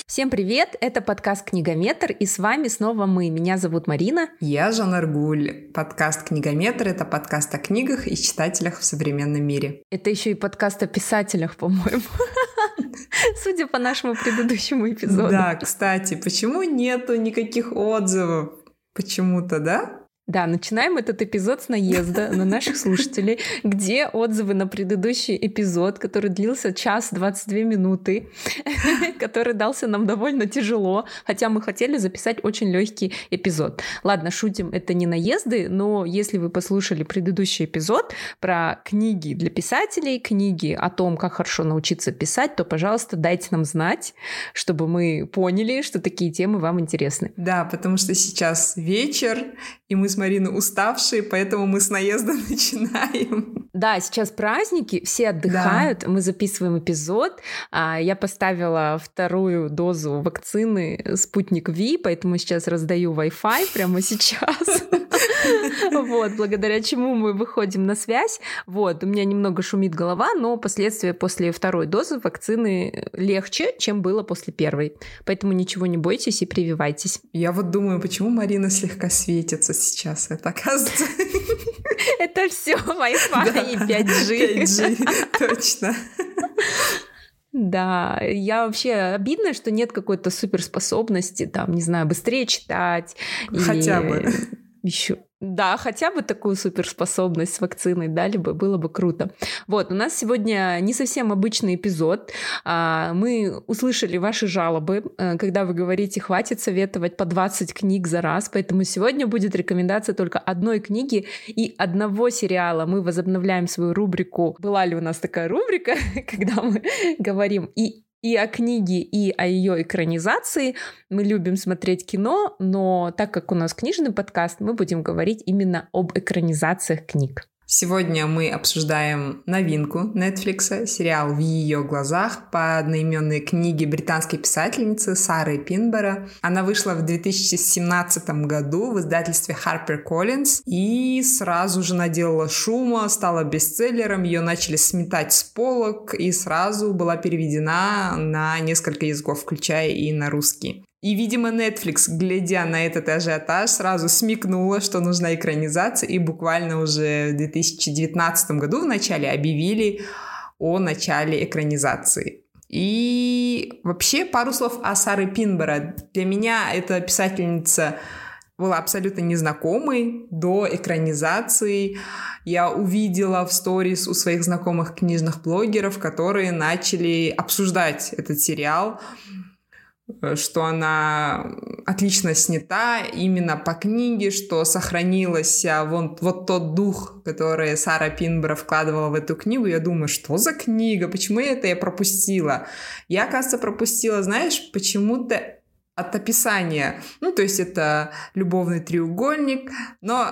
Всем привет, это подкаст «Книгометр», и с вами снова мы. Меня зовут Марина. Я Жанна Аргуль. Подкаст «Книгометр» — это подкаст о книгах и читателях в современном мире. Это еще и подкаст о писателях, по-моему. Судя по нашему предыдущему эпизоду. Да, кстати, почему нету никаких отзывов? Почему-то, да? Да, начинаем этот эпизод с наезда на наших слушателей, где отзывы на предыдущий эпизод, который длился 1:22, который дался нам довольно тяжело, хотя мы хотели записать очень легкий эпизод. Ладно, шутим, это не наезды, но если вы послушали предыдущий эпизод про книги для писателей, книги о том, как хорошо научиться писать, то, пожалуйста, дайте нам знать, чтобы мы поняли, что такие темы вам интересны. Да, потому что сейчас вечер, и мы с Мариной уставшие, поэтому мы с наезда начинаем. Да, сейчас праздники, все отдыхают, мы записываем эпизод. Я поставила вторую дозу вакцины «Спутник Ви», поэтому сейчас раздаю Wi-Fi прямо сейчас. Вот, благодаря чему мы выходим на связь. Вот, у меня немного шумит голова, но последствия после второй дозы вакцины легче, чем было после первой. Поэтому ничего не бойтесь и прививайтесь. Я вот думаю, почему Марина слегка светится сейчас. Это оказывается... Это все Wi-Fi и 5G. 5G, точно. Да, я вообще обидно, что нет какой-то суперспособности, там, не знаю, быстрее читать. Хотя бы. Еще. Да, хотя бы такую суперспособность с вакциной дали бы, было бы круто. Вот, у нас сегодня не совсем обычный эпизод. Мы услышали ваши жалобы, когда вы говорите, хватит советовать по 20 книг за раз, поэтому сегодня будет рекомендация только одной книги и одного сериала. Мы возобновляем свою рубрику. Была ли у нас такая рубрика, когда мы говорим и о книге, и о ее экранизации. Мы любим смотреть кино, но так как у нас книжный подкаст, мы будем говорить именно об экранизациях книг. Сегодня мы обсуждаем новинку Netflix, сериал «В ее глазах» по одноименной книге британской писательницы Сары Пинборо. Она вышла в 2017 году в издательстве HarperCollins и сразу же наделала шума, стала бестселлером, ее начали сметать с полок и сразу была переведена на несколько языков, включая и на русский. И, видимо, Netflix, глядя на этот ажиотаж, сразу смекнула, что нужна экранизация, и буквально уже в 2019 году в начале объявили о начале экранизации. И вообще пару слов о Саре Пинборо. Для меня эта писательница была абсолютно незнакомой до экранизации. Я увидела в сторис у своих знакомых книжных блогеров, которые начали обсуждать этот сериал, что она отлично снята именно по книге, что сохранился вот тот дух, который Сара Пинборо вкладывала в эту книгу. Я думаю, что за книга? Почему я пропустила? Я, кажется, пропустила, знаешь, почему-то от описания. То есть это любовный треугольник, но...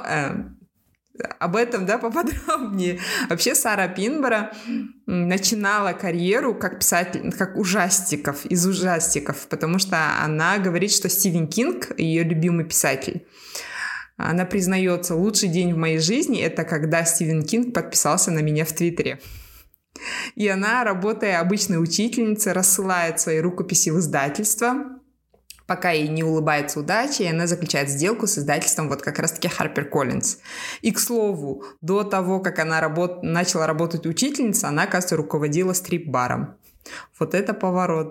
Об этом, да, поподробнее. Вообще Сара Пинборо начинала карьеру как писатель, как из ужастиков, потому что она говорит, что Стивен Кинг ее любимый писатель. Она признается, лучший день в моей жизни — это когда Стивен Кинг подписался на меня в Твиттере. И она, работая обычной учительницей, рассылает свои рукописи в издательство, пока ей не улыбается удача, и она заключает сделку с издательством вот как раз-таки HarperCollins. И, к слову, до того, как она начала работать учительницей, она, кажется, руководила стрип-баром. Вот это поворот.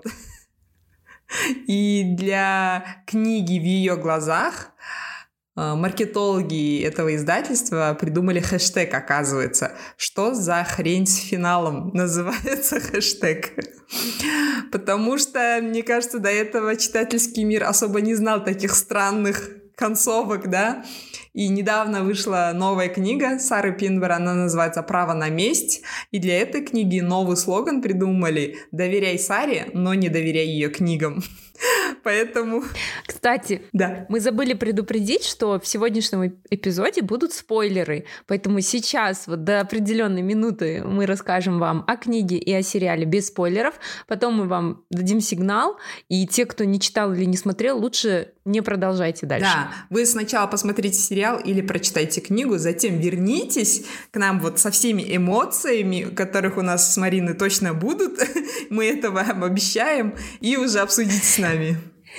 И для книги «В ее глазах» маркетологи этого издательства придумали хэштег, оказывается. Что за хрень с финалом называется хэштег? Потому что, мне кажется, до этого читательский мир особо не знал таких странных концовок, да? И недавно вышла новая книга Сары Пинборо, она называется «Право на месть». И для этой книги новый слоган придумали: «Доверяй Саре, но не доверяй ее книгам». Поэтому... Кстати, да. Мы забыли предупредить, что в сегодняшнем эпизоде будут спойлеры, поэтому сейчас вот до определенной минуты мы расскажем вам о книге и о сериале без спойлеров, потом мы вам дадим сигнал, и те, кто не читал или не смотрел, лучше не продолжайте дальше. Да, вы сначала посмотрите сериал или прочитайте книгу, затем вернитесь к нам вот со всеми эмоциями, которых у нас с Мариной точно будут, мы это вам обещаем, и уже обсудите с нами.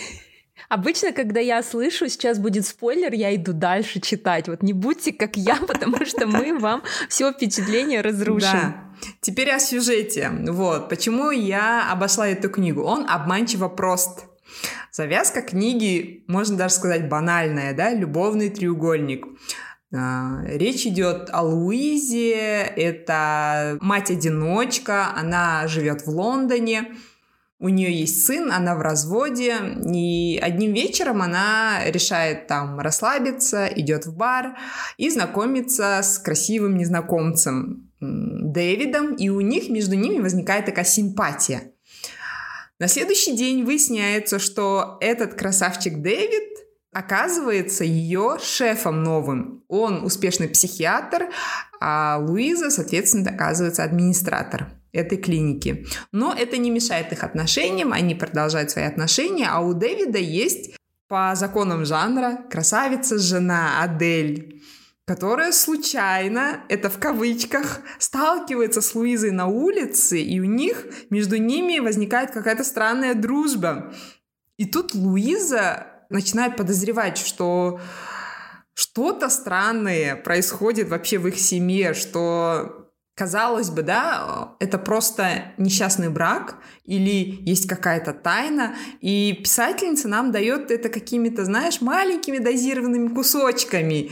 Обычно, когда я слышу, сейчас будет спойлер, я иду дальше читать. Вот не будьте как я, потому что мы вам все впечатление разрушим. Да. Теперь о сюжете. Вот. Почему я обошла эту книгу? Он обманчиво прост. Завязка книги, можно даже сказать, банальная, да? Любовный треугольник. Речь идет о Луизе. Это мать-одиночка. Она живет в Лондоне. У нее есть сын, она в разводе, и одним вечером она решает там расслабиться, идет в бар и знакомится с красивым незнакомцем Дэвидом, и у них между ними возникает такая симпатия. На следующий день выясняется, что этот красавчик Дэвид оказывается ее шефом новым. Он успешный психиатр, а Луиза, соответственно, оказывается администратор этой клиники. Но это не мешает их отношениям, они продолжают свои отношения, а у Дэвида есть, по законам жанра, красавица-жена Адель, которая случайно, это в кавычках, сталкивается с Луизой на улице, и у них, между ними возникает какая-то странная дружба. И тут Луиза начинает подозревать, что что-то странное происходит вообще в их семье, что... Казалось бы, да, это просто несчастный брак или есть какая-то тайна, и писательница нам дает это какими-то, знаешь, маленькими дозированными кусочками.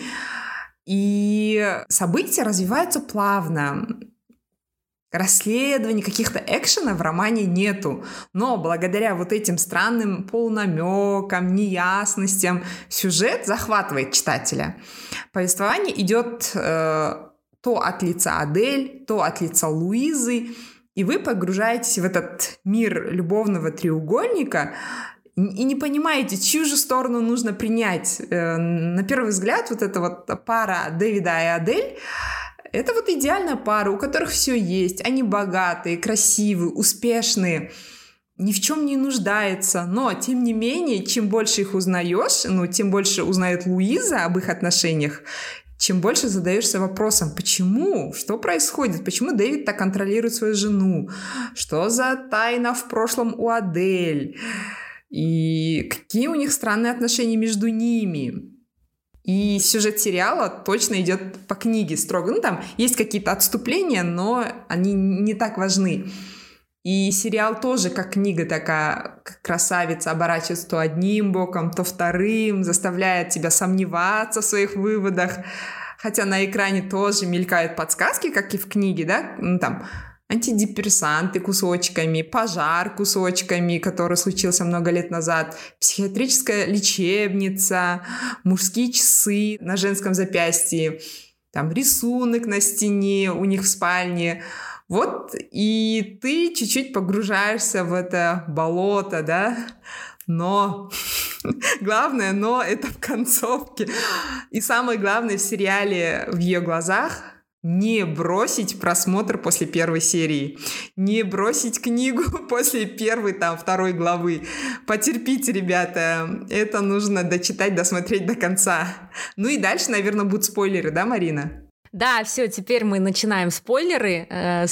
И события развиваются плавно. Расследований, каких-то экшена в романе нету. Но благодаря вот этим странным полунамекам, неясностям сюжет захватывает читателя. Повествование идет... то от лица Адель, то от лица Луизы, и вы погружаетесь в этот мир любовного треугольника и не понимаете, чью же сторону нужно принять. На первый взгляд, вот эта вот пара Дэвида и Адель — это вот идеальная пара, у которых все есть. Они богатые, красивые, успешные, ни в чем не нуждаются. Но, тем не менее, чем больше их узнаешь, тем больше узнает Луиза об их отношениях, чем больше задаешься вопросом, почему, что происходит, почему Дэвид так контролирует свою жену, что за тайна в прошлом у Адель, и какие у них странные отношения между ними. И сюжет сериала точно идет по книге строго. Там есть какие-то отступления, но они не так важны. И сериал тоже, как книга такая, как красавица, оборачивается то одним боком, то вторым, заставляет тебя сомневаться в своих выводах. Хотя на экране тоже мелькают подсказки, как и в книге, да? Там антидепрессанты кусочками, пожар кусочками, который случился много лет назад, психиатрическая лечебница, мужские часы на женском запястье, там рисунок на стене у них в спальне. Вот, и ты чуть-чуть погружаешься в это болото, да, но главное, но это в концовке. И самое главное в сериале «В ее глазах» — не бросить просмотр после первой серии, не бросить книгу после первой, второй главы. Потерпите, ребята, это нужно дочитать, досмотреть до конца. Ну и дальше, наверное, будут спойлеры, да, Марина? Да, все, теперь мы начинаем спойлеры.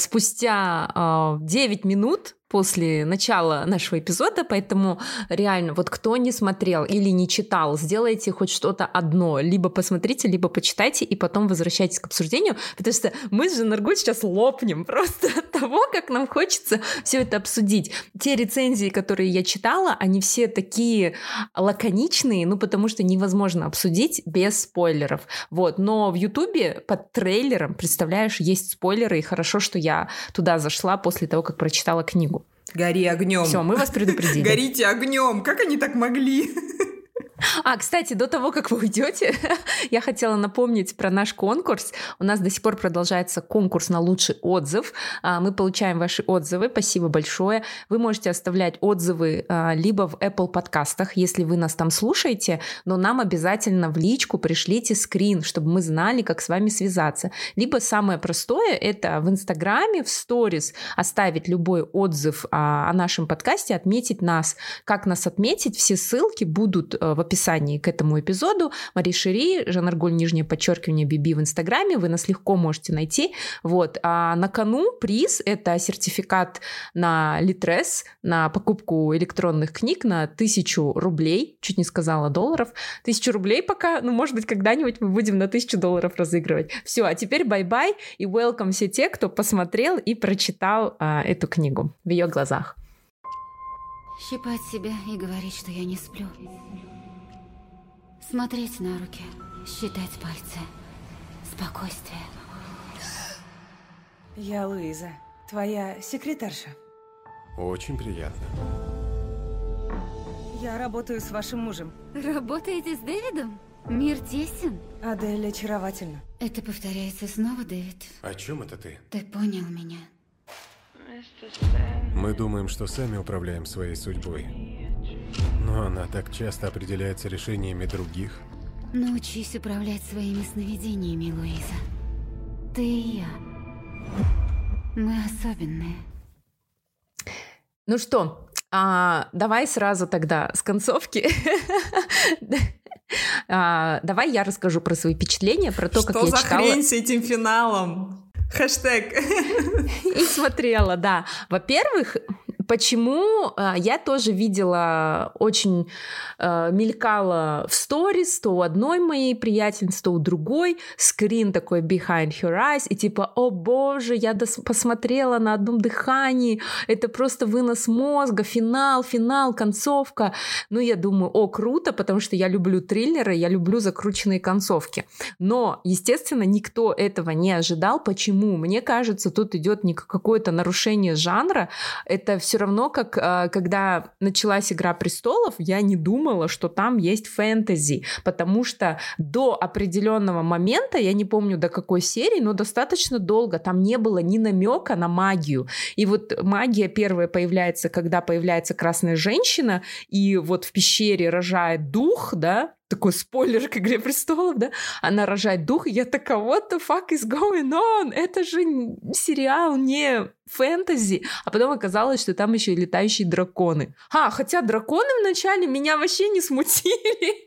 Спустя 9 минут после начала нашего эпизода, поэтому реально, вот кто не смотрел или не читал, сделайте хоть что-то одно, либо посмотрите, либо почитайте, и потом возвращайтесь к обсуждению, потому что мы с Жанаргуль сейчас лопнем просто от того, как нам хочется все это обсудить. Те рецензии, которые я читала, они все такие лаконичные, потому что невозможно обсудить без спойлеров. Вот, но в Ютубе под трейлером, представляешь, есть спойлеры, и хорошо, что я туда зашла после того, как прочитала книгу. Гори огнем. Все, мы вас предупредили. Горите огнем. Как они так могли? Кстати, до того, как вы уйдете, я хотела напомнить про наш конкурс. У нас до сих пор продолжается конкурс на лучший отзыв. Мы получаем ваши отзывы. Спасибо большое. Вы можете оставлять отзывы либо в Apple подкастах, если вы нас там слушаете, но нам обязательно в личку пришлите скрин, чтобы мы знали, как с вами связаться. Либо самое простое — это в Инстаграме, в сторис оставить любой отзыв о нашем подкасте, отметить нас. Как нас отметить? Все ссылки будут в описании к этому эпизоду. Мари Шири, Жанаргуль, _, Биби в Инстаграме. Вы нас легко можете найти. Вот. А на кону приз — это сертификат на Литрес, на покупку электронных книг на 1000 рублей. Чуть не сказала долларов. 1000 рублей пока. Может быть, когда-нибудь мы будем на 1000 долларов разыгрывать. Все, а теперь бай-бай и welcome все те, кто посмотрел и прочитал эту книгу в ее глазах. Щипать себя и говорить, что я не сплю. Смотреть на руки, считать пальцы. Спокойствие. Я Луиза, твоя секретарша. Очень приятно. Я работаю с вашим мужем. Работаете с Дэвидом? Мир тесен. Адель очаровательна. Это повторяется снова, Дэвид. О чем это ты? Ты понял меня. Мы думаем, что сами управляем своей судьбой. Но она так часто определяется решениями других. Научись управлять своими сновидениями, Луиза. Ты и я. Мы особенные. Ну что, давай сразу тогда с концовки. Давай я расскажу про свои впечатления, про то, как я читала. Что за хрень с этим финалом? Хэштег. И смотрела, да. Во-первых, почему я тоже видела, очень мелькала в сторис, то у одной моей приятельницы, то у другой, скрин такой behind her eyes, и типа, о боже, я посмотрела на одном дыхании, это просто вынос мозга, финал, концовка. Ну, я думаю, круто, потому что я люблю триллеры, я люблю закрученные концовки. Но, естественно, никто этого не ожидал. Почему? Мне кажется, тут идет не какое-то нарушение жанра, это все равно, как когда началась «Игра престолов», я не думала, что там есть фэнтези, потому что до определенного момента, я не помню до какой серии, но достаточно долго там не было ни намека на магию. И вот магия первая появляется, когда появляется красная женщина, и вот в пещере рожает дух, да, такой спойлер к «Игре престолов», да, она рожает дух, и я такая, what the fuck is going on? Это же сериал не фэнтези. А потом оказалось, что там еще и летающие драконы. Хотя драконы вначале меня вообще не смутили.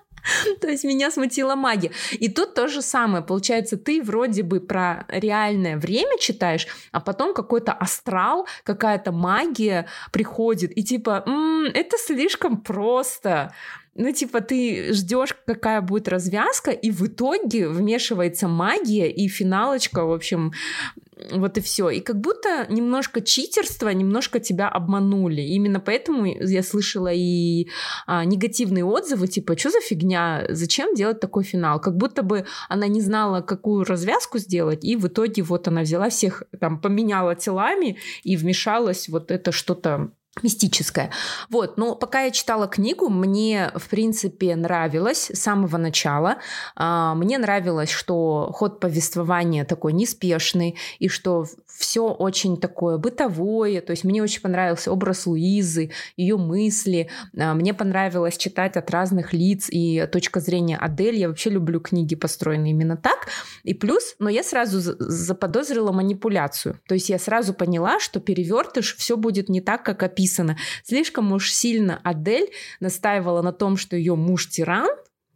То есть меня смутила магия. И тут то же самое. Получается, ты вроде бы про реальное время читаешь, а потом какой-то астрал, какая-то магия приходит, и типа, это слишком просто. Ну, типа, ты ждешь, какая будет развязка, и в итоге вмешивается магия, и финалочка, в общем, вот и все. И как будто немножко читерства, немножко тебя обманули. Именно поэтому я слышала и негативные отзывы, типа, что за фигня, зачем делать такой финал? Как будто бы она не знала, какую развязку сделать, и в итоге вот она взяла всех, там, поменяла телами и вмешалась вот это что-то мистическое. Вот, но пока я читала книгу, мне, в принципе, нравилось с самого начала. Мне нравилось, что ход повествования такой неспешный, и что все очень такое бытовое. То есть мне очень понравился образ Луизы, ее мысли. Мне понравилось читать от разных лиц и точка зрения Адель. Я вообще люблю книги, построенные именно так. И плюс, но я сразу заподозрила манипуляцию. То есть я сразу поняла, что перевертыш, все будет не так, как описано. Слишком уж сильно Адель настаивала на том, что ее муж тиран,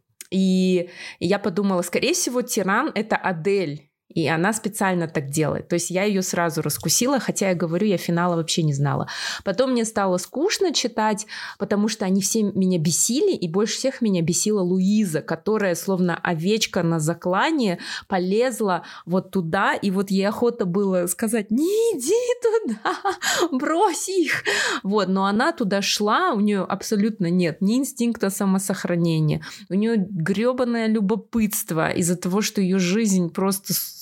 и я подумала, скорее всего, тиран — это Адель. И она специально так делает. То есть я ее сразу раскусила, хотя я говорю, я финала вообще не знала. Потом мне стало скучно читать, потому что они все меня бесили, и больше всех меня бесила Луиза, которая словно овечка на заклание полезла вот туда, и вот ей охота было сказать: не иди туда, брось их. Вот, но она туда шла, у нее абсолютно нет ни инстинкта самосохранения, у нее гребаное любопытство из-за того, что ее жизнь просто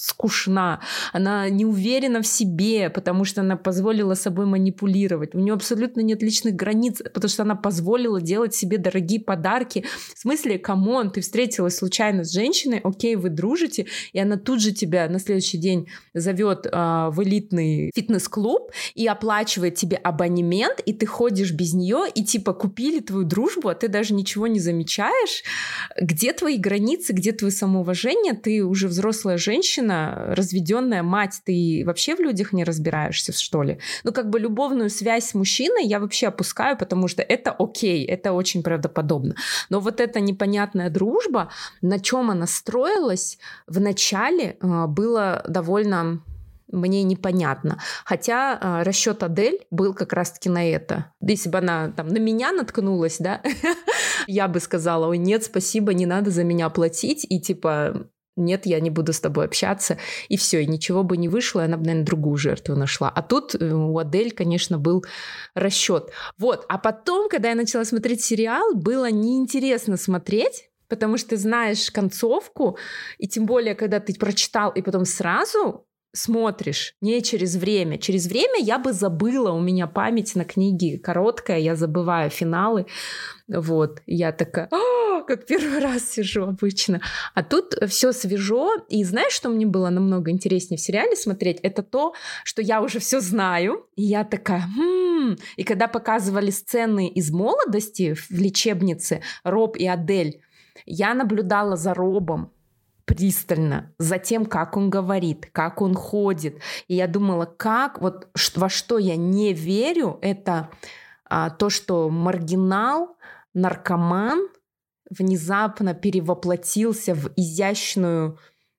скучна, она не уверена в себе, потому что она позволила собой манипулировать. У нее абсолютно нет личных границ, потому что она позволила делать себе дорогие подарки. В смысле, камон, ты встретилась случайно с женщиной, окей, вы дружите, и она тут же тебя на следующий день зовет в элитный фитнес-клуб и оплачивает тебе абонемент, и ты ходишь без нее, и типа купили твою дружбу, а ты даже ничего не замечаешь. Где твои границы, где твое самоуважение? Ты уже взрослая женщина, разведенная мать, ты вообще в людях не разбираешься, что ли? Ну, как бы любовную связь с мужчиной я вообще опускаю, потому что это окей, это очень правдоподобно. Но вот эта непонятная дружба, на чем она строилась, в начале было довольно мне непонятно. Хотя расчет Адель был как раз-таки на это. Если бы она там на меня наткнулась, да, я бы сказала: ой, нет, спасибо, не надо за меня платить, и типа... Нет, я не буду с тобой общаться, и все, и ничего бы не вышло, и она бы, наверное, другую жертву нашла. А тут у Адель, конечно, был расчет. Вот, а потом, когда я начала смотреть сериал, было неинтересно смотреть, потому что ты знаешь концовку, и тем более, когда ты прочитал, и потом сразу смотришь, не через время. Через время я бы забыла, у меня память на книги короткая, я забываю финалы. Вот, я такая, как первый раз сижу обычно. А тут все свежо, и знаешь, что мне было намного интереснее в сериале смотреть? Это то, что я уже все знаю, и я такая, И когда показывали сцены из молодости в лечебнице, Роб и Адель, я наблюдала за Робом пристально, за тем, как он говорит, как он ходит. И я думала, во что я не верю, это то, что маргинал, наркоман внезапно перевоплотился в изящную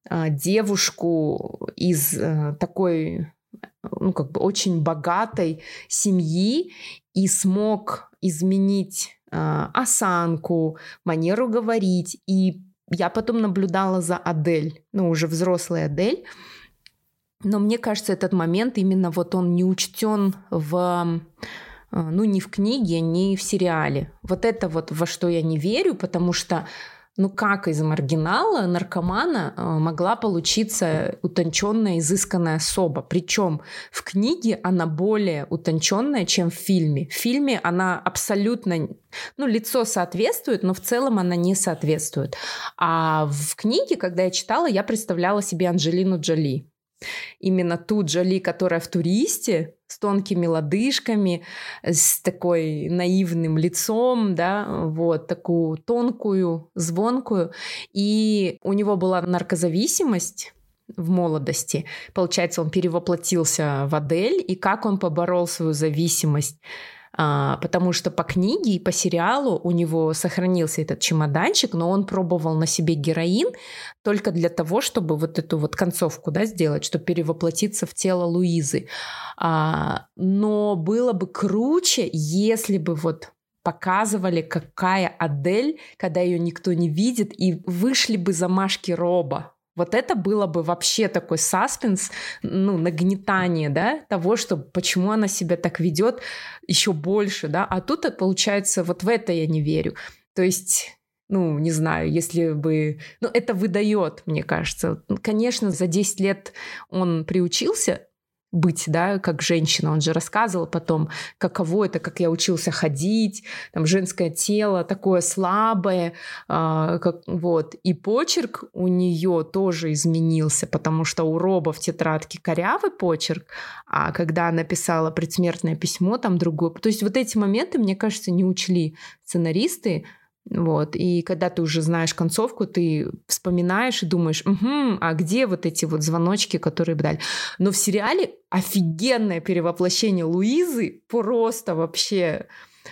девушку из такой, как бы очень богатой семьи и смог изменить осанку, манеру говорить. И я потом наблюдала за Адель, уже взрослой Адель, но мне кажется, этот момент именно вот он не учтен ни в книге, ни в сериале. Вот это вот во что я не верю, потому что как из маргинала, наркомана могла получиться утонченная, изысканная особа. Причем в книге она более утонченная, чем в фильме. В фильме она абсолютно... лицо соответствует, но в целом она не соответствует. А в книге, когда я читала, я представляла себе Анджелину Джоли. Именно ту Джоли, которая в «Туристе», с тонкими лодыжками, с такой наивным лицом, да, вот, такую тонкую, звонкую. И у него была наркозависимость в молодости. Получается, он перевоплотился в Адель. И как он поборол свою зависимость? Потому что по книге и по сериалу у него сохранился этот чемоданчик, но он пробовал на себе героин только для того, чтобы вот эту вот концовку, да, сделать, чтобы перевоплотиться в тело Луизы. Но было бы круче, если бы вот показывали, какая Адель, когда ее никто не видит, и вышли бы замашки Роба. Вот это было бы вообще такой саспенс, нагнетание, да, того, что почему она себя так ведет еще больше, да, а тут, получается, вот в это я не верю. То есть, не знаю, если бы... это выдает, мне кажется. Конечно, за 10 лет он приучился быть, да, как женщина. Он же рассказывал потом, каково это, как я учился ходить, там женское тело такое слабое, вот. И почерк у нее тоже изменился, потому что у Роба в тетрадке корявый почерк, а когда она писала предсмертное письмо, там другое. То есть вот эти моменты, мне кажется, не учли сценаристы. Вот. И когда ты уже знаешь концовку, ты вспоминаешь и думаешь, а где вот эти вот звоночки, которые бы дали. Но в сериале офигенное перевоплощение Луизы, просто вообще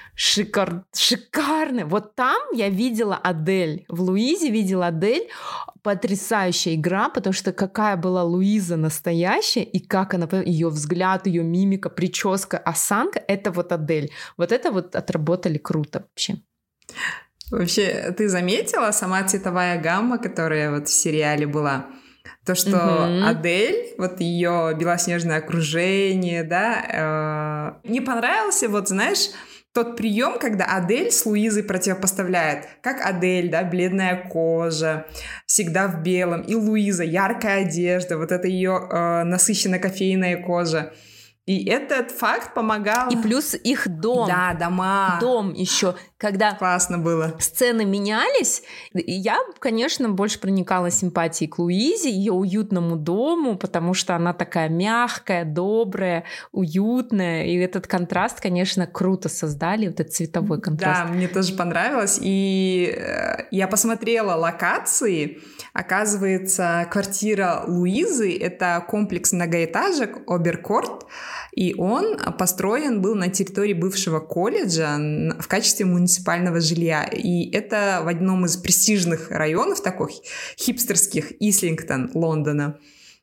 шикарное. Вот там я видела Адель, в Луизе видела Адель, потрясающая игра, потому что какая была Луиза настоящая, и как она, ее взгляд, ее мимика, прическа, осанка, это вот Адель. Вот это вот отработали круто вообще. Вообще, ты заметила сама цветовая гамма, которая вот в сериале была? То, что Адель, вот ее белоснежное окружение, да, мне понравился, вот знаешь, тот прием, когда Адель с Луизой противопоставляет. Как Адель, да, бледная кожа, всегда в белом. И Луиза, яркая одежда, вот это ее насыщенно кофейная кожа. И этот факт помогал... И плюс их дом. Да, дома. Дом еще. Когда классно было. Сцены менялись, я, конечно, больше проникала симпатией к Луизе, ее уютному дому, потому что она такая мягкая, добрая, уютная. И этот контраст, конечно, круто создали, вот этот цветовой контраст. Да, мне тоже понравилось. И я посмотрела локации. Оказывается, квартира Луизы — это комплекс многоэтажек Оберкорт, и он построен был на территории бывшего колледжа в качестве муниципального жилья. И это в одном из престижных районов, таких хипстерских, Ислингтон, Лондона.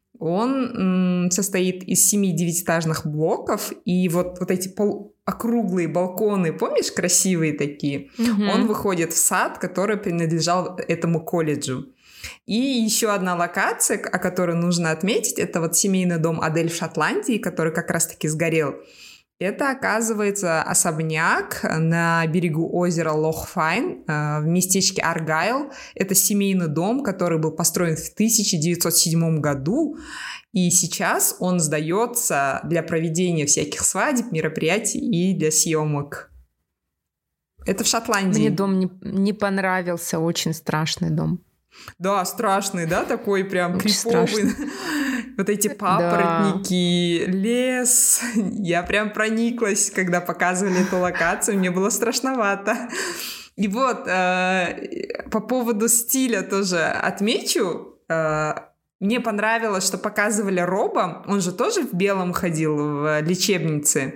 Он состоит из 7 девятиэтажных блоков, и вот эти округлые балконы, помнишь, красивые такие? Он выходит в сад, который принадлежал этому колледжу. И еще одна локация, о которой нужно отметить, это вот семейный дом Адель в Шотландии, который как раз-таки сгорел. Это, оказывается, особняк на берегу озера Лох-Файн в местечке Аргайл. Это семейный дом, который был построен в 1907 году, и сейчас он сдается для проведения всяких свадеб, мероприятий и для съемок. Это в Шотландии. Мне дом не понравился, очень страшный дом. Да, страшный, да, такой прям криповый. Вот эти папоротники, да. Лес. Я прям прониклась, когда показывали эту локацию. Мне было страшновато. И вот, по поводу стиля тоже отмечу. Мне понравилось, что показывали Роба. Он же тоже в белом ходил в лечебнице.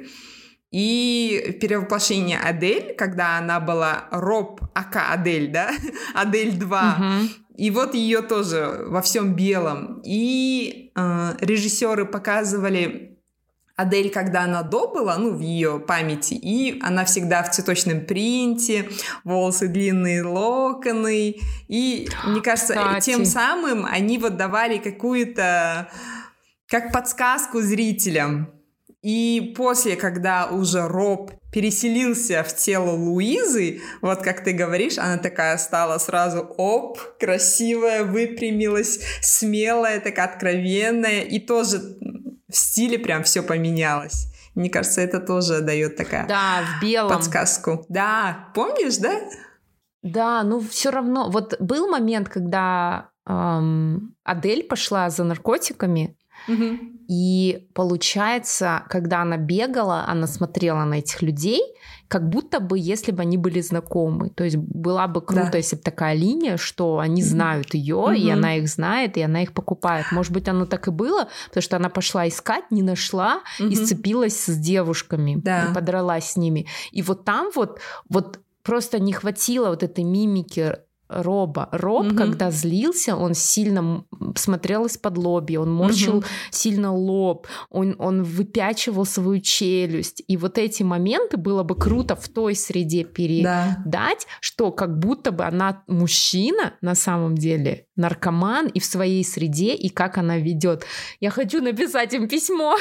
И перевоплощение Адель, когда она была Роб, ака Адель, да? Адель 2. И вот ее тоже во всем белом. И режиссеры показывали Адель, когда она до была, в ее памяти, и она всегда в цветочном принте, волосы длинные, локоны. И, мне кажется, тем самым они вот давали какую-то, как подсказку зрителям. И после, когда уже Роб переселился в тело Луизы, вот как ты говоришь, она такая стала сразу, красивая, выпрямилась, смелая, такая откровенная, и тоже в стиле прям все поменялось. Мне кажется, это тоже дает такая в белом. Подсказку. Да, помнишь, да? Да, все равно. Вот был момент, когда Адель пошла за наркотиками, и получается, когда она бегала, она смотрела на этих людей, как будто бы, если бы они были знакомы. То есть была бы круто, если бы такая линия, что они знают ее, и она их знает, и она их покупает. Может быть, оно так и было, потому что она пошла искать, не нашла, и сцепилась с девушками, и подралась с ними. И вот там вот просто не хватило вот этой мимики Роба. Роб, когда злился, он сильно смотрел из-под лобья, он морщил сильно лоб, он выпячивал свою челюсть. И вот эти моменты было бы круто в той среде передать, что как будто бы она мужчина на самом деле, наркоман, и в своей среде, и как она ведет. Я хочу написать им письмо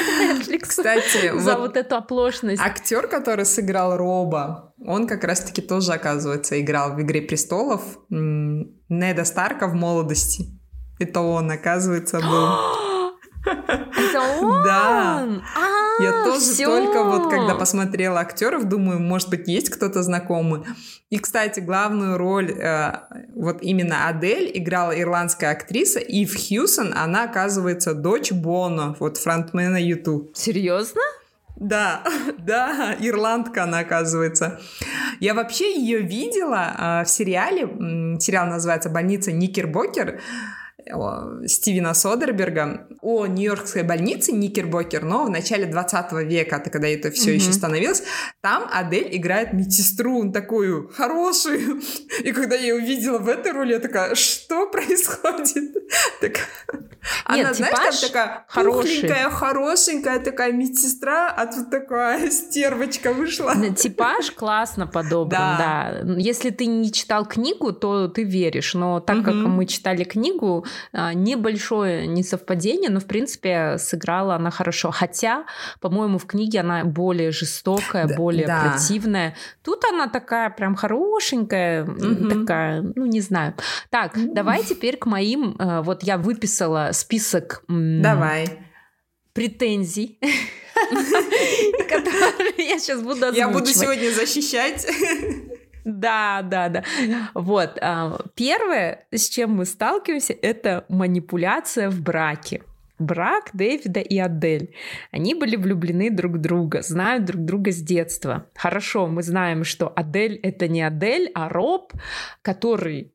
Кстати, за вот эту оплошность. Актер, который сыграл Роба, он как раз-таки тоже, оказывается, играл в «Игре престолов» Неда Старка в молодости. Это он, оказывается, был. Это он? Да. Я тоже только вот когда посмотрела актеров, думаю, может быть, есть кто-то знакомый. И, кстати, главную роль вот именно Адель играла ирландская актриса Ив Хьюсон. Она, оказывается, дочь Боно, вот фронтмена U2. Серьезно? Да, ирландка она, оказывается. Я вообще ее видела в сериале. Сериал называется «Больница Никербокер» Стивена Содерберга о нью-йоркской больнице Никербокер, но в начале 20 века, когда это все еще становилось. Там Адель играет медсестру, такую хорошую. И когда я ее увидела в этой роли, я такая, что происходит? Она, знаешь, там типаж такая хороший. пухленькая, хорошенькая такая медсестра, а тут такая стервочка вышла. Типаж классно подобран, да. Если ты не читал книгу, то ты веришь. Но так как мы читали книгу, небольшое несовпадение, но, в принципе, сыграла она хорошо. Хотя, по-моему, в книге она более жестокая, более противная. Тут она такая прям хорошенькая, такая, ну, не знаю. Так, давай теперь к моим... Вот я выписала список претензий, которые я сейчас буду озвучивать. Я буду сегодня защищать. Да. Вот. Первое, с чем мы сталкиваемся, это манипуляция в браке. Брак Дэвида и Адель. Они были влюблены друг в друга, знают друг друга с детства. Хорошо, мы знаем, что Адель — это не Адель, а Роб, который,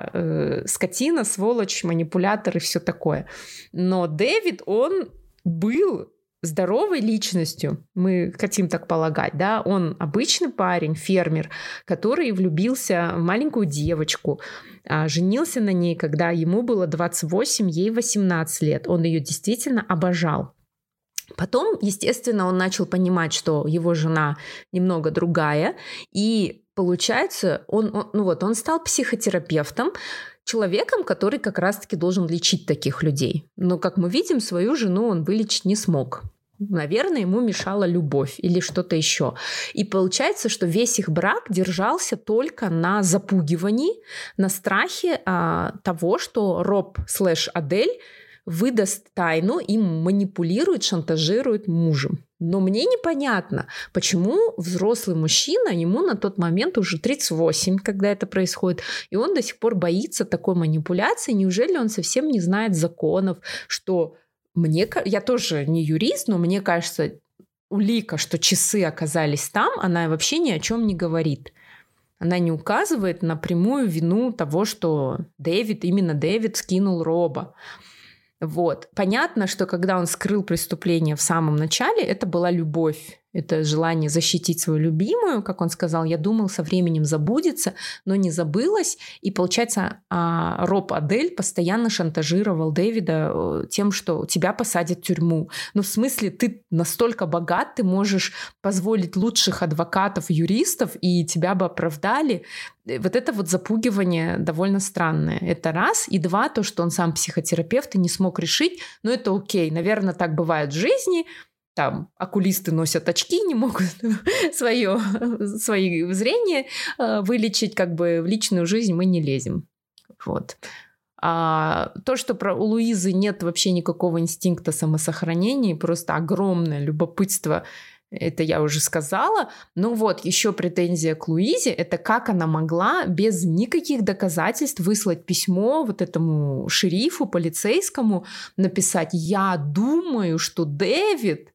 скотина, сволочь, манипулятор и все такое. Но Дэвид, он был здоровой личностью, мы хотим так полагать, да, он обычный парень, фермер, который влюбился в маленькую девочку, женился на ней, когда ему было 28, ей 18 лет. Он ее действительно обожал. Потом, естественно, он начал понимать, что его жена немного другая, и получается, он стал психотерапевтом, человеком, который как раз-таки должен лечить таких людей. Но, как мы видим, свою жену он вылечить не смог. Наверное, ему мешала любовь или что-то еще. И получается, что весь их брак держался только на запугивании, на страхе того, что Роб / Адель выдаст тайну и манипулирует, шантажирует мужем. Но мне непонятно, почему взрослый мужчина, ему на тот момент уже 38, когда это происходит, и он до сих пор боится такой манипуляции. Неужели он совсем не знает законов, что я тоже не юрист, но мне кажется, улика, что часы оказались там, она вообще ни о чем не говорит. Она не указывает на прямую вину того, что именно Дэвид скинул Роба. Вот. Понятно, что когда он скрыл преступление в самом начале, это была любовь. Это желание защитить свою любимую, как он сказал, я думал, со временем забудется, но не забылось. И получается, Роб Адель постоянно шантажировал Дэвида тем, что тебя посадят в тюрьму. Ну, в смысле, ты настолько богат, ты можешь позволить лучших адвокатов, юристов, и тебя бы оправдали. Вот это вот запугивание довольно странное. Это раз. И два, то, что он сам психотерапевт и не смог решить, но это окей. Наверное, так бывает в жизни. Там окулисты носят очки, не могут свое зрение вылечить, как бы в личную жизнь мы не лезем. Вот. То, что у Луизы нет вообще никакого инстинкта самосохранения, просто огромное любопытство, это я уже сказала. Но вот еще претензия к Луизе, это как она могла без никаких доказательств выслать письмо вот этому шерифу, полицейскому, написать: «Я думаю, что Дэвид...»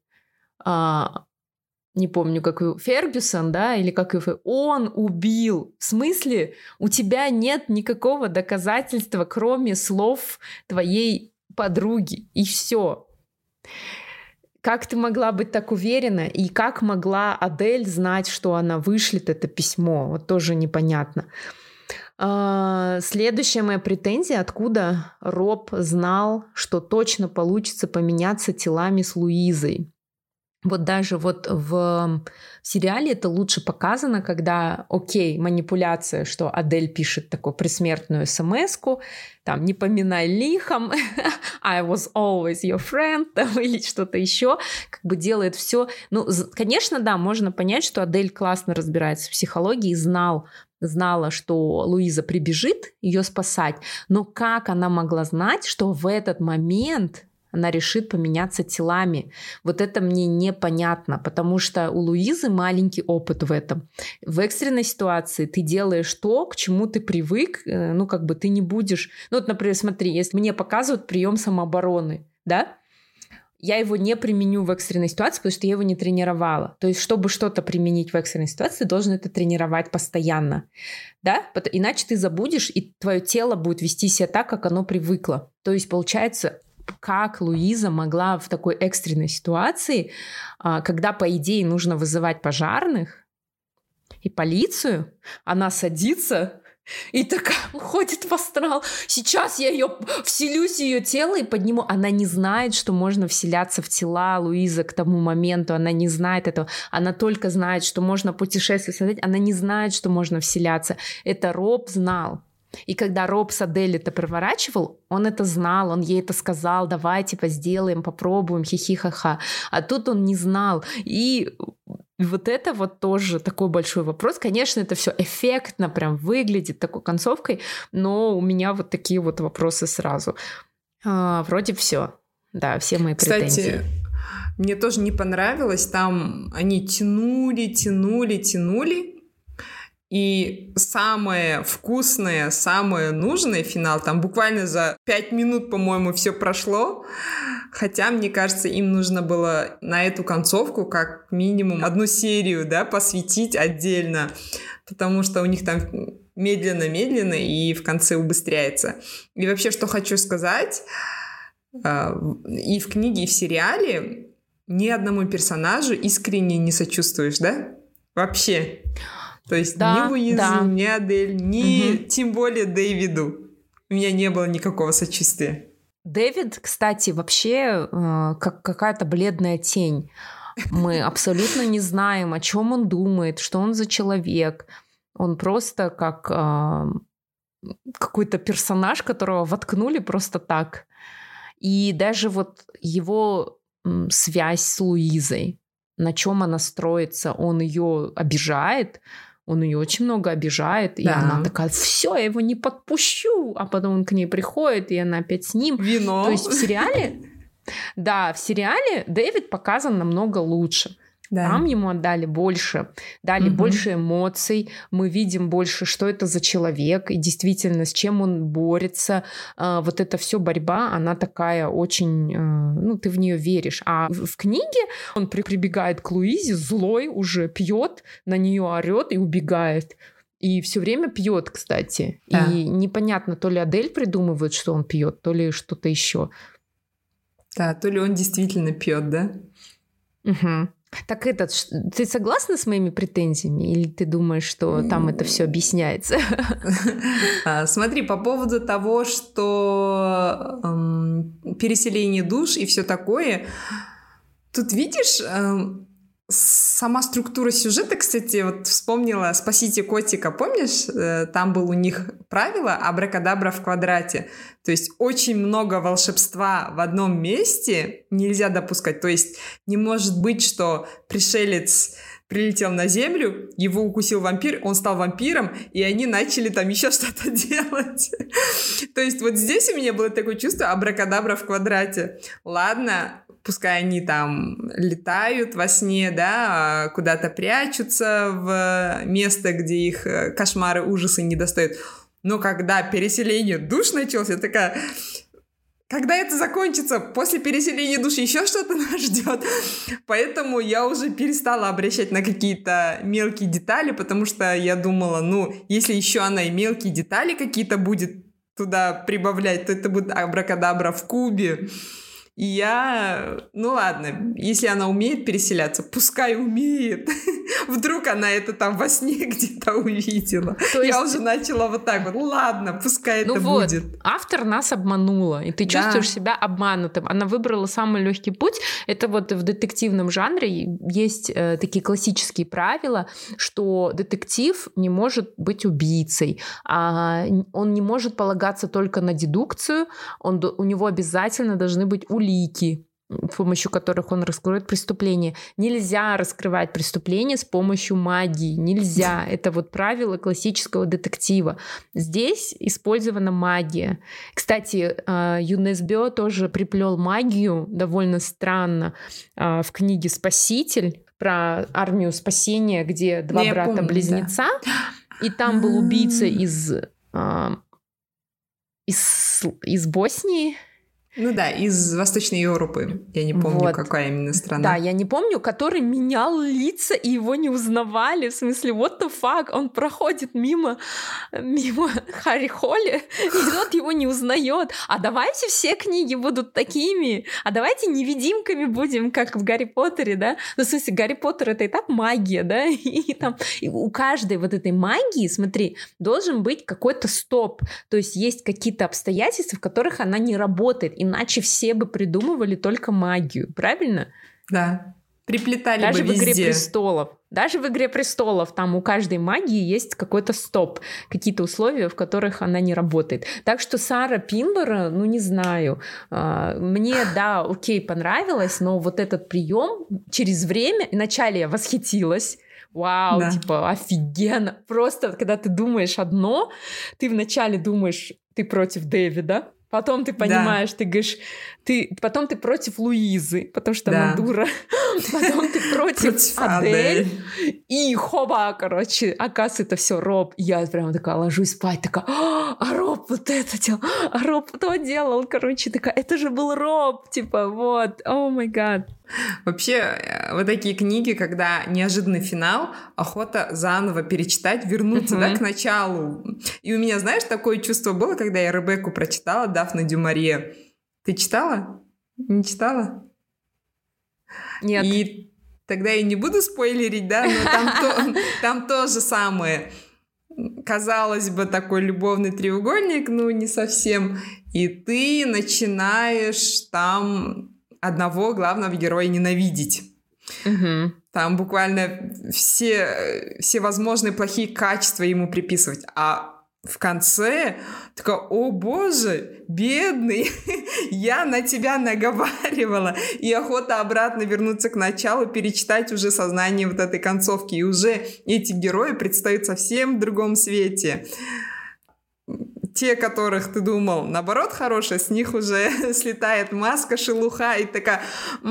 не помню, как его, Фергюсон, да, или как его, он убил. В смысле, у тебя нет никакого доказательства, кроме слов твоей подруги, и все. Как ты могла быть так уверена, и как могла Адель знать, что она вышлет это письмо? Вот тоже непонятно. Следующая моя претензия, откуда Роб знал, что точно получится поменяться телами с Луизой. Вот даже вот в сериале это лучше показано, когда, окей, манипуляция, что Адель пишет такую предсмертную смс-ку, там, не поминай лихом, I was always your friend, там, или что-то еще, как бы делает все. Ну, конечно, да, можно понять, что Адель классно разбирается в психологии и знала, что Луиза прибежит ее спасать, но как она могла знать, что в этот момент она решит поменяться телами? Вот это мне непонятно, потому что у Луизы маленький опыт в этом. В экстренной ситуации ты делаешь то, к чему ты привык, ну, как бы ты не будешь... Ну, вот, например, смотри, если мне показывают прием самообороны, да, я его не применю в экстренной ситуации, потому что я его не тренировала. То есть, чтобы что-то применить в экстренной ситуации, ты должен это тренировать постоянно, да? Иначе ты забудешь, и твое тело будет вести себя так, как оно привыкло. То есть, получается... Как Луиза могла в такой экстренной ситуации, когда, по идее, нужно вызывать пожарных и полицию, она садится И такая уходит в астрал. Сейчас я вселюсь в ее тело и подниму. Она не знает, что можно вселяться в тела Луизы к тому моменту. Она не знает этого. Она только знает, что можно путешествовать. Она не знает, что можно вселяться. Это Роб знал. И когда Роб с Адель это проворачивал, он это знал, он ей это сказал, давай, типа, сделаем, попробуем, хихи-ха-ха. А тут он не знал. И вот это вот тоже такой большой вопрос. Конечно, это все эффектно прям выглядит такой концовкой, но у меня вот такие вот вопросы сразу. Вроде все. Да, все мои претензии. Кстати, мне тоже не понравилось. Там они тянули. И самое вкусное, самое нужное финал, там буквально за 5 минут, по-моему, все прошло. Хотя, мне кажется, им нужно было на эту концовку как минимум 1 серию, да, посвятить отдельно. Потому что у них там медленно-медленно и в конце убыстряется. И вообще, что хочу сказать, и в книге, и в сериале ни одному персонажу искренне не сочувствуешь, да? Вообще. То есть ни Луизе, ни Адель, ни тем более Дэвиду. У меня не было никакого сочувствия. Дэвид, кстати, вообще как какая-то бледная тень. Мы абсолютно не знаем, о чем он думает, что он за человек. Он просто как какой-то персонаж, которого воткнули просто так. И даже вот его связь с Луизой, на чем она строится, он ее обижает. Он ее очень много обижает, и она такая, все, я его не подпущу, а потом он к ней приходит, и она опять с ним. Вино. То есть в сериале, в сериале Дэвид показан намного лучше. Да. Там ему отдали больше, больше эмоций, мы видим больше, что это за человек, и действительно, с чем он борется. Вот эта все борьба, она такая очень, ты в нее веришь. А в книге он прибегает к Луизе, злой, уже пьет, на нее орет и убегает. И все время пьет, кстати. Да. И непонятно, то ли Адель придумывает, что он пьет, то ли что-то еще. Да, то ли он действительно пьет, да? Угу. Так ты согласна с моими претензиями? Или ты думаешь, что там это все объясняется? Смотри, по поводу того, что переселение душ и все такое, тут видишь, сама структура сюжета, кстати, вот вспомнила «Спасите котика», помнишь? Там был у них правило «абракадабра в квадрате». То есть очень много волшебства в одном месте нельзя допускать. То есть не может быть, что пришелец прилетел на Землю, его укусил вампир, он стал вампиром, и они начали там еще что-то делать. То есть вот здесь у меня было такое чувство абракадабра в квадрате. Ладно, пускай они там летают во сне, да, куда-то прячутся в место, где их кошмары, ужасы не достают. Но когда переселение душ началось, я такая... Когда это закончится? После переселения душ еще что-то нас ждет. Поэтому я уже перестала обращать на какие-то мелкие детали, потому что я думала, если еще она и мелкие детали какие-то будет туда прибавлять, то это будет абракадабра в кубе. И я... ладно, если она умеет переселяться, пускай умеет. Вдруг она это там во сне где-то увидела. Я уже начала вот так вот. Ладно, пускай это будет. Автор нас обманула, и ты чувствуешь себя обманутым. Она выбрала самый легкий путь. Это вот в детективном жанре есть такие классические правила, что детектив не может быть убийцей. Он не может полагаться только на дедукцию. У него обязательно должны быть улики, с помощью которых он раскроет преступление. Нельзя раскрывать преступление с помощью магии. Нельзя. Это вот правило классического детектива. Здесь использована магия. Кстати, Юнес Бё тоже приплел магию довольно странно в книге «Спаситель» про армию спасения, где два брата-близнеца. Да. И там был убийца из Боснии. Ну да, из Восточной Европы. Я не помню, Вот. какая именно страна. Да, я не помню, который менял лица, и его не узнавали. В смысле, what the fuck? Он проходит мимо Харри Холли, и тот его не узнает. А давайте все книги будут такими. А давайте невидимками будем, как в Гарри Поттере, да? Ну, в смысле, Гарри Поттер — это и так магия, да? И там и у каждой вот этой магии, смотри, должен быть какой-то стоп. То есть есть какие-то обстоятельства, в которых она не работает. Иначе все бы придумывали только магию, правильно? Да. Приплетали Даже бы в «Игре везде. престолов. Даже в «Игре престолов» там у каждой магии есть какой-то стоп, какие-то условия, в которых она не работает. Так что Сара Пинборо, ну не знаю, мне, да, окей, понравилось, но вот этот прием через время, вначале я восхитилась, вау, Да. типа офигенно. Просто когда ты думаешь одно, ты вначале думаешь, ты против Дэвида, потом ты понимаешь, ты говоришь, потом ты против Луизы, потому что она дура. Потом ты против Адель. И хоба, короче, оказывается, это все Роб. И я прямо такая ложусь спать, такая, а Роб вот это делал, а Роб то делал, короче, такая, это же был Роб, типа, вот, о май гад. Вообще, вот такие книги, когда неожиданный финал, охота заново перечитать, вернуться, да, к началу. И у меня, знаешь, такое чувство было, когда я Ребекку прочитала, Дафна Дюмарье. Ты читала? Не читала? Нет. И тогда я не буду спойлерить, да, но там то же самое. Казалось бы, такой любовный треугольник, ну, не совсем. И ты начинаешь там одного главного героя ненавидеть. Там буквально все возможные плохие качества ему приписывать. А в конце такая, о боже, бедный, я на тебя наговаривала. И охота обратно вернуться к началу, перечитать уже сознание вот этой концовки. И уже эти герои предстают совсем в другом свете. Те, которых ты думал, наоборот, хорошие, с них уже слетает маска, шелуха и такая...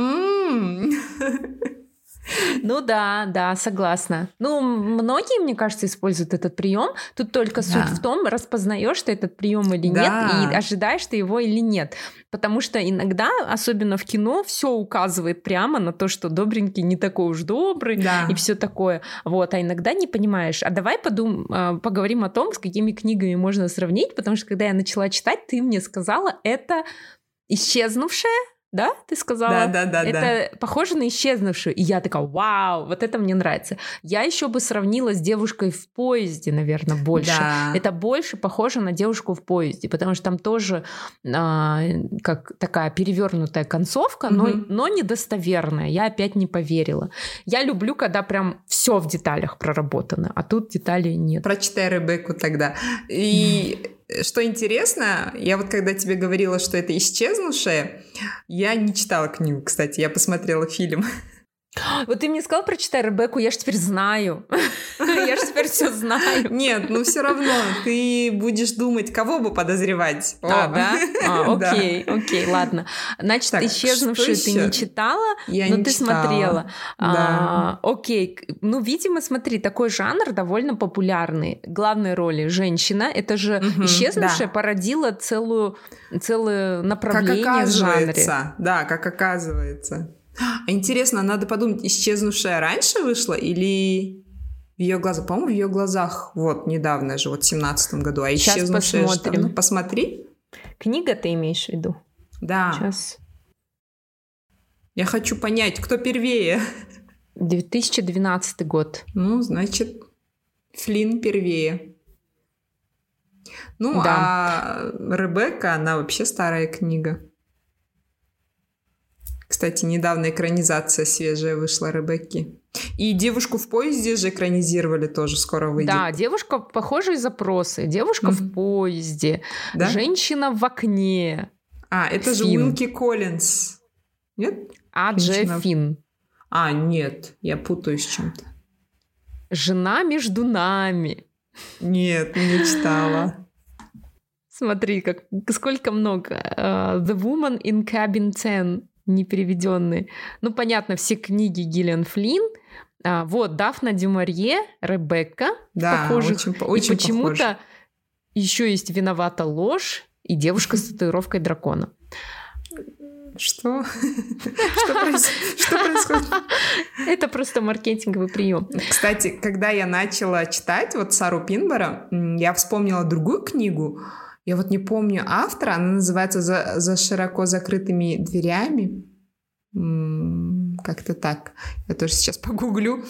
Ну да, согласна. Ну, многие, мне кажется, используют этот прием. Тут только суть в том, распознаешь ты этот прием или нет, и ожидаешь ты его или нет. Потому что иногда, особенно в кино, все указывает прямо на то, что добренький не такой уж добрый и все такое. Вот, а иногда не понимаешь. А давай поговорим о том, с какими книгами можно сравнить, потому что когда я начала читать, ты мне сказала, это «Исчезнувшая». Да, ты сказала? Да. Это похоже на «Исчезнувшую». И я такая, вау, вот это мне нравится. Я еще бы сравнила с «Девушкой в поезде», наверное, больше. Да. Это больше похоже на «Девушку в поезде», потому что там тоже как такая перевернутая концовка, но недостоверная. Я опять не поверила. Я люблю, когда прям все в деталях проработано, а тут деталей нет. Прочитай Ребекку тогда. И... Что интересно, я вот когда тебе говорила, что это «Исчезнувшая», я не читала книгу, кстати, я посмотрела фильм. Вот ты мне сказал, прочитай Ребекку, я же теперь знаю. Я же теперь все знаю. Нет, ну все равно ты будешь думать, кого бы подозревать. Да? Окей, ладно. Значит, «Исчезнувшую» ты не читала, но ты смотрела. Окей, ну, видимо, смотри, такой жанр довольно популярный. Главной роли женщина, это же «Исчезнувшая» породила целое направление в жанре. Да, как оказывается. Интересно, надо подумать, «Исчезнувшая» раньше вышла или в ее глазах? По-моему, в ее глазах вот недавно же, вот в 17 году. А «Исчезнувшая» сейчас посмотрим. Ну, посмотри. Книга ты имеешь в виду? Да. Сейчас. Я хочу понять, кто первее. 2012 год. Ну, значит, Флинн первее. Ну, да. А Ребекка, она вообще старая книга. Кстати, недавно экранизация свежая вышла Ребекки. И «Девушку в поезде» же экранизировали тоже, скоро выйдет. Да, девушка, похожие запросы. Девушка в поезде, да? Женщина в окне. Это же Уилки Коллинз. Нет? Дже Финн. Нет, я путаюсь с чем-то. «Жена между нами». Нет, не читала. Смотри, сколько много. «The Woman in Cabin 10». Непереведенные. Ну, понятно, все книги Гиллиан Флинн. Вот, Дафна Дюмарье, Ребекка. Да, похожи. Очень и почему-то похож. еще есть «Виновата ложь» и «Девушка с татуировкой дракона». Что? Что происходит? Это просто маркетинговый прием. Кстати, когда я начала читать вот Сару Пинбара, я вспомнила другую книгу. Я вот не помню автора. Она называется «За широко закрытыми дверями». Как-то так. Я тоже сейчас погуглю.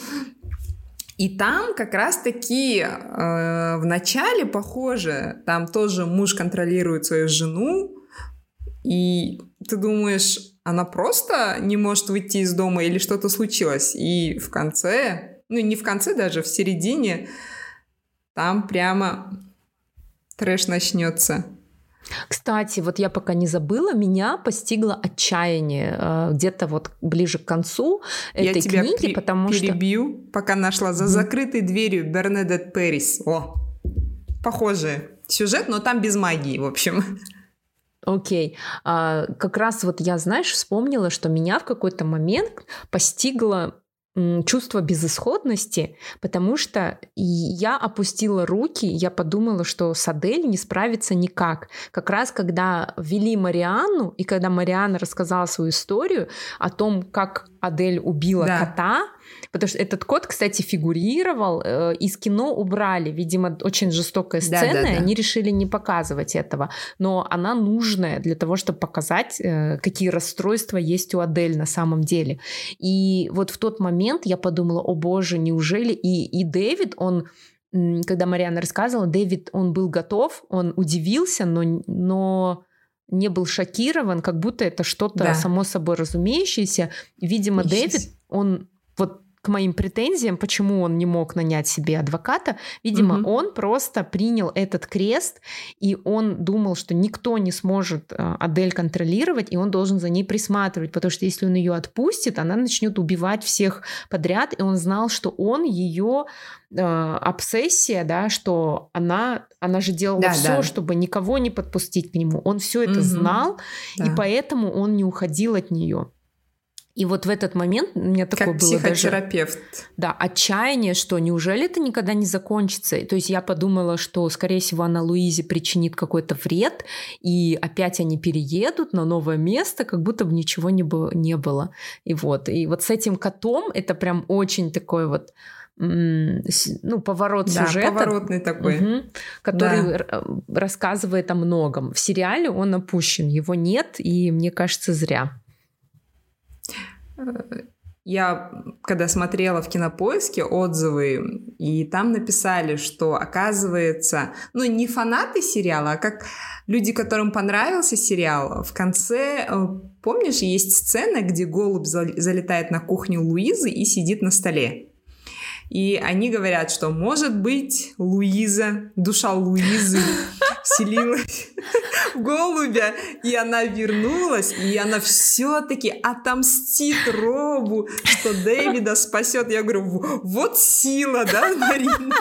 И там как раз-таки в начале похоже, там тоже муж контролирует свою жену, и ты думаешь, она просто не может выйти из дома или что-то случилось. И в конце, ну не в конце даже, в середине, там прямо трэш начнется. Кстати, вот я пока не забыла, меня постигло отчаяние где-то вот ближе к концу этой книги, потому что... Я тебя перебью, пока нашла «За закрытой дверью» Бернадетт Пэрис. О, похожий сюжет, но там без магии, в общем. Окей. Как раз вот я, знаешь, вспомнила, что меня в какой-то момент постигло чувство безысходности, потому что я опустила руки, я подумала, что с Адель не справиться никак. Как раз когда ввели Марианну, и когда Марианна рассказала свою историю о том, как Адель убила кота, потому что этот кот, кстати, фигурировал, из кино убрали, видимо, очень жестокая сцена, и они решили не показывать этого, но она нужная для того, чтобы показать, какие расстройства есть у Адель на самом деле. И вот в тот момент я подумала, о боже, неужели... И Дэвид, он, когда Марианна рассказывала, Дэвид, он был готов, он удивился, но не был шокирован, как будто это что-то само собой разумеющееся. Видимо, Дэвид, он вот к моим претензиям, почему он не мог нанять себе адвоката, видимо, он просто принял этот крест, и он думал, что никто не сможет Адель контролировать, и он должен за ней присматривать, потому что если он ее отпустит, она начнет убивать всех подряд, и он знал, что он ее обсессия, да, что она же делала все, чтобы никого не подпустить к нему. Он все это знал, и поэтому он не уходил от нее. И вот в этот момент у меня такое было даже... Как психотерапевт. Да, отчаяние, что неужели это никогда не закончится? То есть я подумала, что, скорее всего, она Луизе причинит какой-то вред, и опять они переедут на новое место, как будто бы ничего не было. И вот с этим котом это прям очень такой вот... поворот сюжета. Поворотный такой. Который рассказывает о многом. В сериале он опущен, его нет, и мне кажется, зря. Я, когда смотрела в Кинопоиске отзывы, и там написали, что, оказывается, не фанаты сериала, а как люди, которым понравился сериал, в конце, помнишь, есть сцена, где голубь залетает на кухню Луизы и сидит на столе. И они говорят, что, может быть, душа Луизы вселилась в голубя, и она вернулась, и она все-таки отомстит Робу, что Дэвида спасет. Я говорю, вот сила, да, Марина?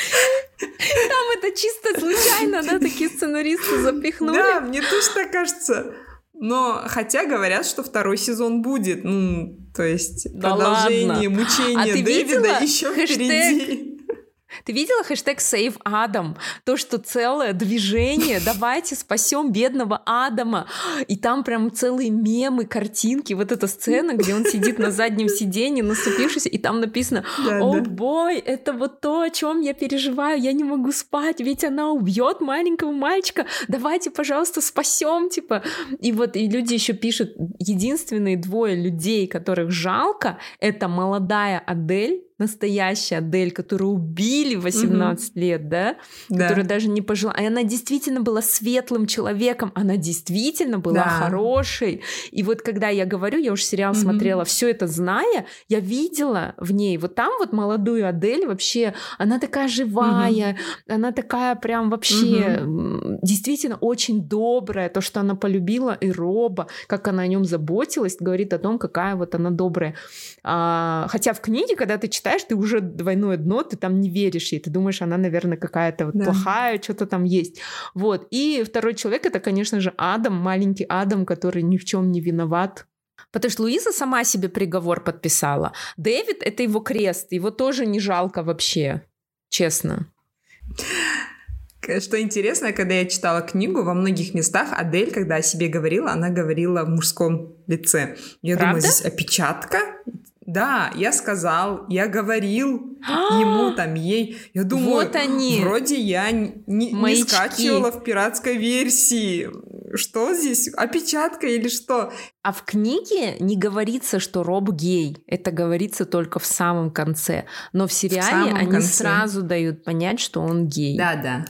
Там это чисто случайно, да, такие сценаристы запихнули. Да, мне тоже так кажется. Но хотя говорят, что второй сезон будет. То есть продолжение мучения Дэвида еще впереди. Ты видела хэштег Save Адам? То, что целое движение, давайте спасем бедного Адама. И там прям целые мемы, картинки. Вот эта сцена, где он сидит на заднем сиденье, наступившись, и там написано: «О, бой, это вот то, о чем я переживаю, я не могу спать, ведь она убьет маленького мальчика, давайте, пожалуйста, спасем, типа». И вот и люди еще пишут, единственные двое людей, которых жалко, это молодая Адель, настоящая Адель, которую убили в 18 лет, да? Которая даже не пожила. И она действительно была светлым человеком, она действительно была хорошей. И вот когда я говорю, я уже сериал смотрела, все это зная, я видела в ней вот там вот молодую Адель вообще, она такая живая, она такая прям вообще действительно очень добрая. То, что она полюбила и Роба, как она о нем заботилась, говорит о том, какая вот она добрая. Хотя в книге, когда ты читаешь, ты уже двойное дно, ты там не веришь ей, ты думаешь, она, наверное, какая-то вот плохая, что-то там есть. Вот. И второй человек — это, конечно же, Адам, маленький Адам, который ни в чем не виноват. Потому что Луиза сама себе приговор подписала. Дэвид — это его крест, его тоже не жалко вообще, честно. Что интересно, когда я читала книгу, во многих местах Адель, когда о себе говорила, она говорила в мужском лице. Я думаю, здесь опечатка? Да, я сказал, я говорил ему, там, ей. Я думаю, вот они, вроде я не скачивала в пиратской версии. Что здесь? Опечатка или что? А в книге не говорится, что Роб гей. Это говорится только в самом конце. Но в сериале они сразу дают понять, что он гей. Да.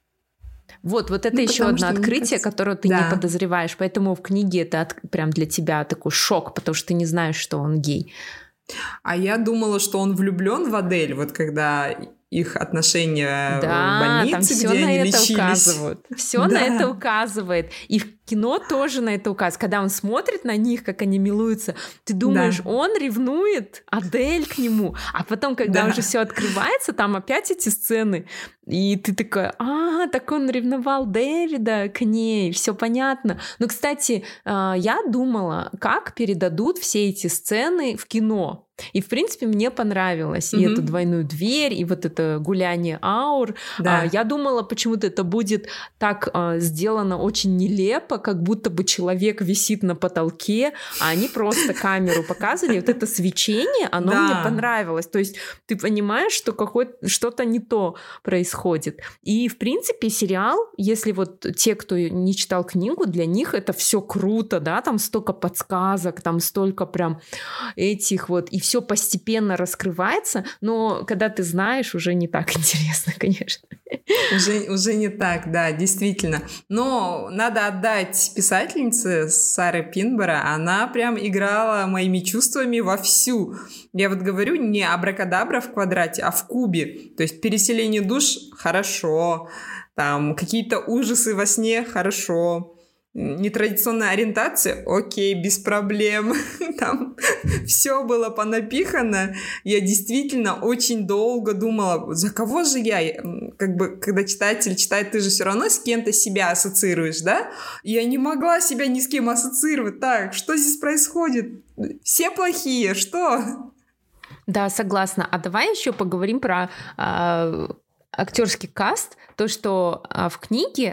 Вот это еще одно открытие, которое ты не подозреваешь. Поэтому в книге это прям для тебя такой шок, потому что ты не знаешь, что он гей. А я думала, что он влюблен в Адель, вот когда их отношения в больнице, там где они лечились. Указывают. Все на это указывает. И в кино тоже на это указывает. Когда он смотрит на них, как они милуются, ты думаешь, он ревнует Адель к нему. А потом, когда уже все открывается, там опять эти сцены. И ты такая, так он ревновал Дэвида к ней, все понятно. Но, кстати, я думала, как передадут все эти сцены в кино. И, в принципе, мне понравилось. И эту двойную дверь, и вот это гуляние аур. Я думала, почему-то это будет так сделано очень нелепо, как будто бы человек висит на потолке, а они просто камеру показывали. Вот это свечение, оно мне понравилось. То есть ты понимаешь, что что-то не то происходит. И, в принципе, сериал, если вот те, кто не читал книгу, для них это все круто, да, там столько подсказок, там столько прям этих вот, и все постепенно раскрывается, но когда ты знаешь, уже не так интересно, конечно. Уже не так, да, действительно. Но надо отдать писательнице Сары Пинборо, она прям играла моими чувствами вовсю. Я вот говорю не абракадабра в квадрате, а в кубе. То есть переселение душ — хорошо, там какие-то ужасы во сне — хорошо, нетрадиционная ориентация — окей, без проблем. Там все было понапихано. Я действительно очень долго думала, за кого же я? Как бы, когда читатель читает, ты же все равно с кем-то себя ассоциируешь, да? Я не могла себя ни с кем ассоциировать. Так, что здесь происходит? Все плохие, что? Да, согласна. А давай еще поговорим про актерский каст, то, что в книге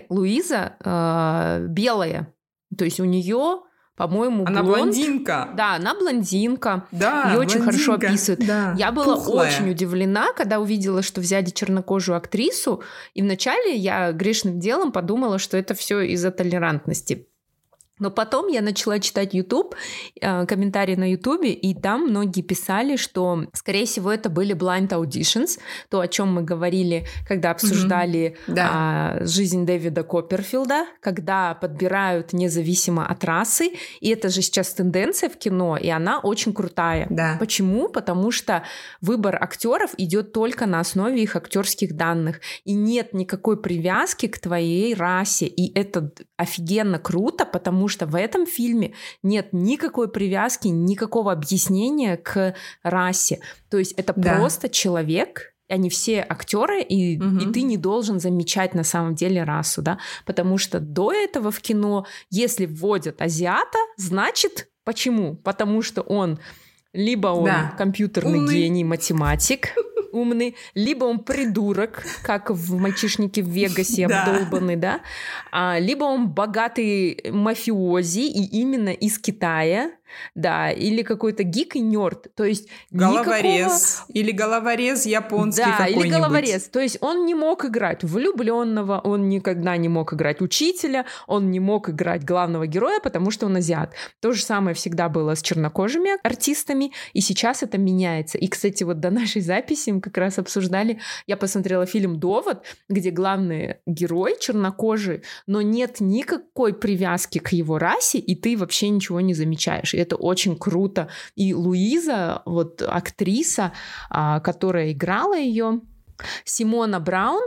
Луиза белая, то есть у нее, по-моему, она блонд. блондинка. Да, она блондинка. Да, ее очень хорошо описывают. Да. Я была пухлая. Очень удивлена, когда увидела, что взяли чернокожую актрису, и вначале я грешным делом подумала, что это все из-за толерантности. Но потом я начала читать YouTube, комментарии на YouTube, и там многие писали, что, скорее всего, это были blind auditions, то, о чем мы говорили, когда обсуждали жизнь Дэвида Копперфилда, когда подбирают независимо от расы, и это же сейчас тенденция в кино, и она очень крутая. Да. Почему? Потому что выбор актеров идет только на основе их актерских данных, и нет никакой привязки к твоей расе, и это офигенно круто, потому что в этом фильме нет никакой привязки, никакого объяснения к расе. То есть это просто человек, они все актеры, и ты не должен замечать на самом деле расу, да? Потому что до этого в кино, если вводят азиата, значит, почему? Потому что он либо он компьютерный гений, математик, умный, либо он придурок, как в «Мальчишнике в Вегасе», обдолбанный, да, либо он богатый мафиози, и именно из Китая, да, или какой-то гик и нерд, то есть головорез, или головорез японский какой-нибудь. Или головорез, то есть он не мог играть влюбленного, он никогда не мог играть учителя, он не мог играть главного героя, потому что он азиат. То же самое всегда было с чернокожими артистами, и сейчас это меняется. И, кстати, вот до нашей записи мы как раз обсуждали, я посмотрела фильм «Довод», где главный герой чернокожий, но нет никакой привязки к его расе, и ты вообще ничего не замечаешь. И это очень круто. И Луиза, вот актриса, которая играла ее, Симона Браун,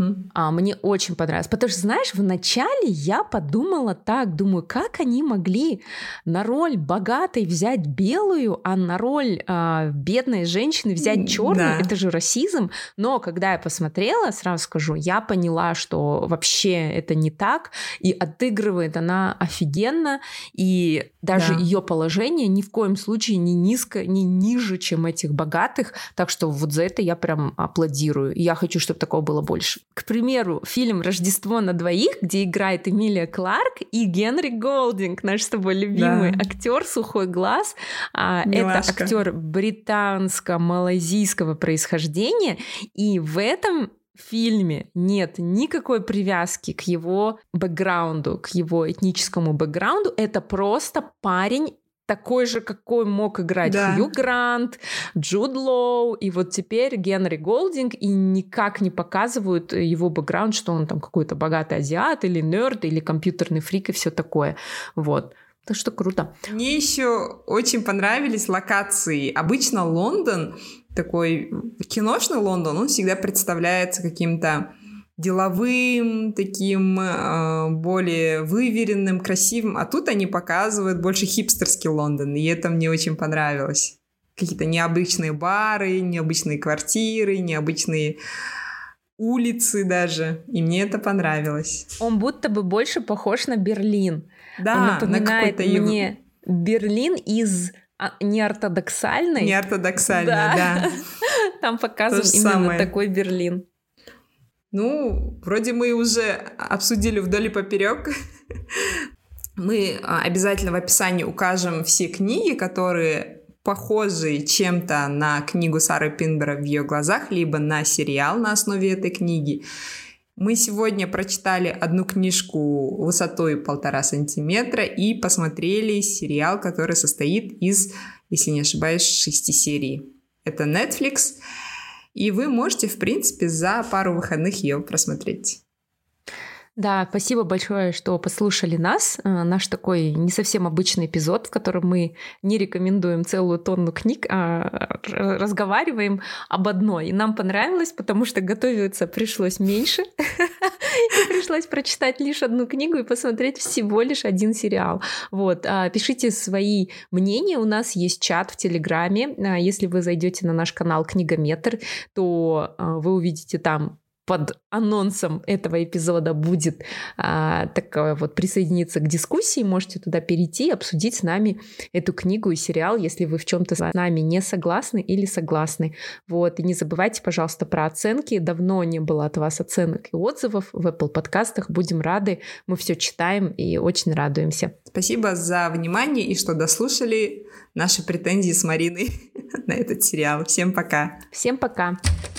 мне очень понравилось. Потому что, знаешь, вначале я подумала так, думаю, как они могли на роль богатой взять белую, а на роль бедной женщины взять черную. Это же расизм. Но когда я посмотрела, сразу скажу, я поняла, что вообще это не так, и отыгрывает она офигенно, и даже ее положение ни в коем случае не низко, не ниже, чем этих богатых. Так что вот за это я прям аплодирую. планирую. И я хочу, чтобы такого было больше. К примеру, фильм «Рождество на двоих», где играет Эмилия Кларк и Генри Голдинг, наш с тобой любимый актер «Сухой глаз». Это актер британско-малайзийского происхождения. И в этом фильме нет никакой привязки к его бэкграунду, к его этническому бэкграунду. Это просто парень, такой же, какой мог играть Хью Грант, Джуд Лоу, и вот теперь Генри Голдинг, и никак не показывают его бэкграунд, что он там какой-то богатый азиат или нерд, или компьютерный фрик и все такое. Вот. Так что круто. Мне еще очень понравились локации. Обычно Лондон, такой киношный Лондон, он всегда представляется каким-то деловым, таким более выверенным, красивым. А тут они показывают больше хипстерский Лондон, и это мне очень понравилось. Какие-то необычные бары, необычные квартиры, необычные улицы даже. И мне это понравилось. Он будто бы больше похож на Берлин. Да, он напоминает мне Берлин из неортодоксальной. Неортодоксальной, да. Там показан именно такой Берлин. Ну, вроде мы уже обсудили вдоль и поперек. Мы обязательно в описании укажем все книги, которые похожи чем-то на книгу Сары Пинбера «В ее глазах», либо на сериал на основе этой книги. Мы сегодня прочитали одну книжку высотой 1,5 сантиметра и посмотрели сериал, который состоит из, если не ошибаюсь, 6 серий. Это Netflix. И вы можете, в принципе, за пару выходных ее просмотреть. Да, спасибо большое, что послушали нас. Наш такой не совсем обычный эпизод, в котором мы не рекомендуем целую тонну книг, а разговариваем об одной. И нам понравилось, потому что готовиться пришлось меньше. И пришлось прочитать лишь одну книгу и посмотреть всего лишь один сериал. Вот. Пишите свои мнения. У нас есть чат в Телеграме. Если вы зайдете на наш канал «Книгометр», то вы увидите там под анонсом этого эпизода будет такое вот присоединиться к дискуссии. Можете туда перейти и обсудить с нами эту книгу и сериал, если вы в чем-то с нами не согласны или согласны. Вот. И не забывайте, пожалуйста, про оценки. Давно не было от вас оценок и отзывов в Apple подкастах. Будем рады. Мы все читаем и очень радуемся. Спасибо за внимание и что дослушали наши претензии с Мариной на этот сериал. Всем пока. Всем пока.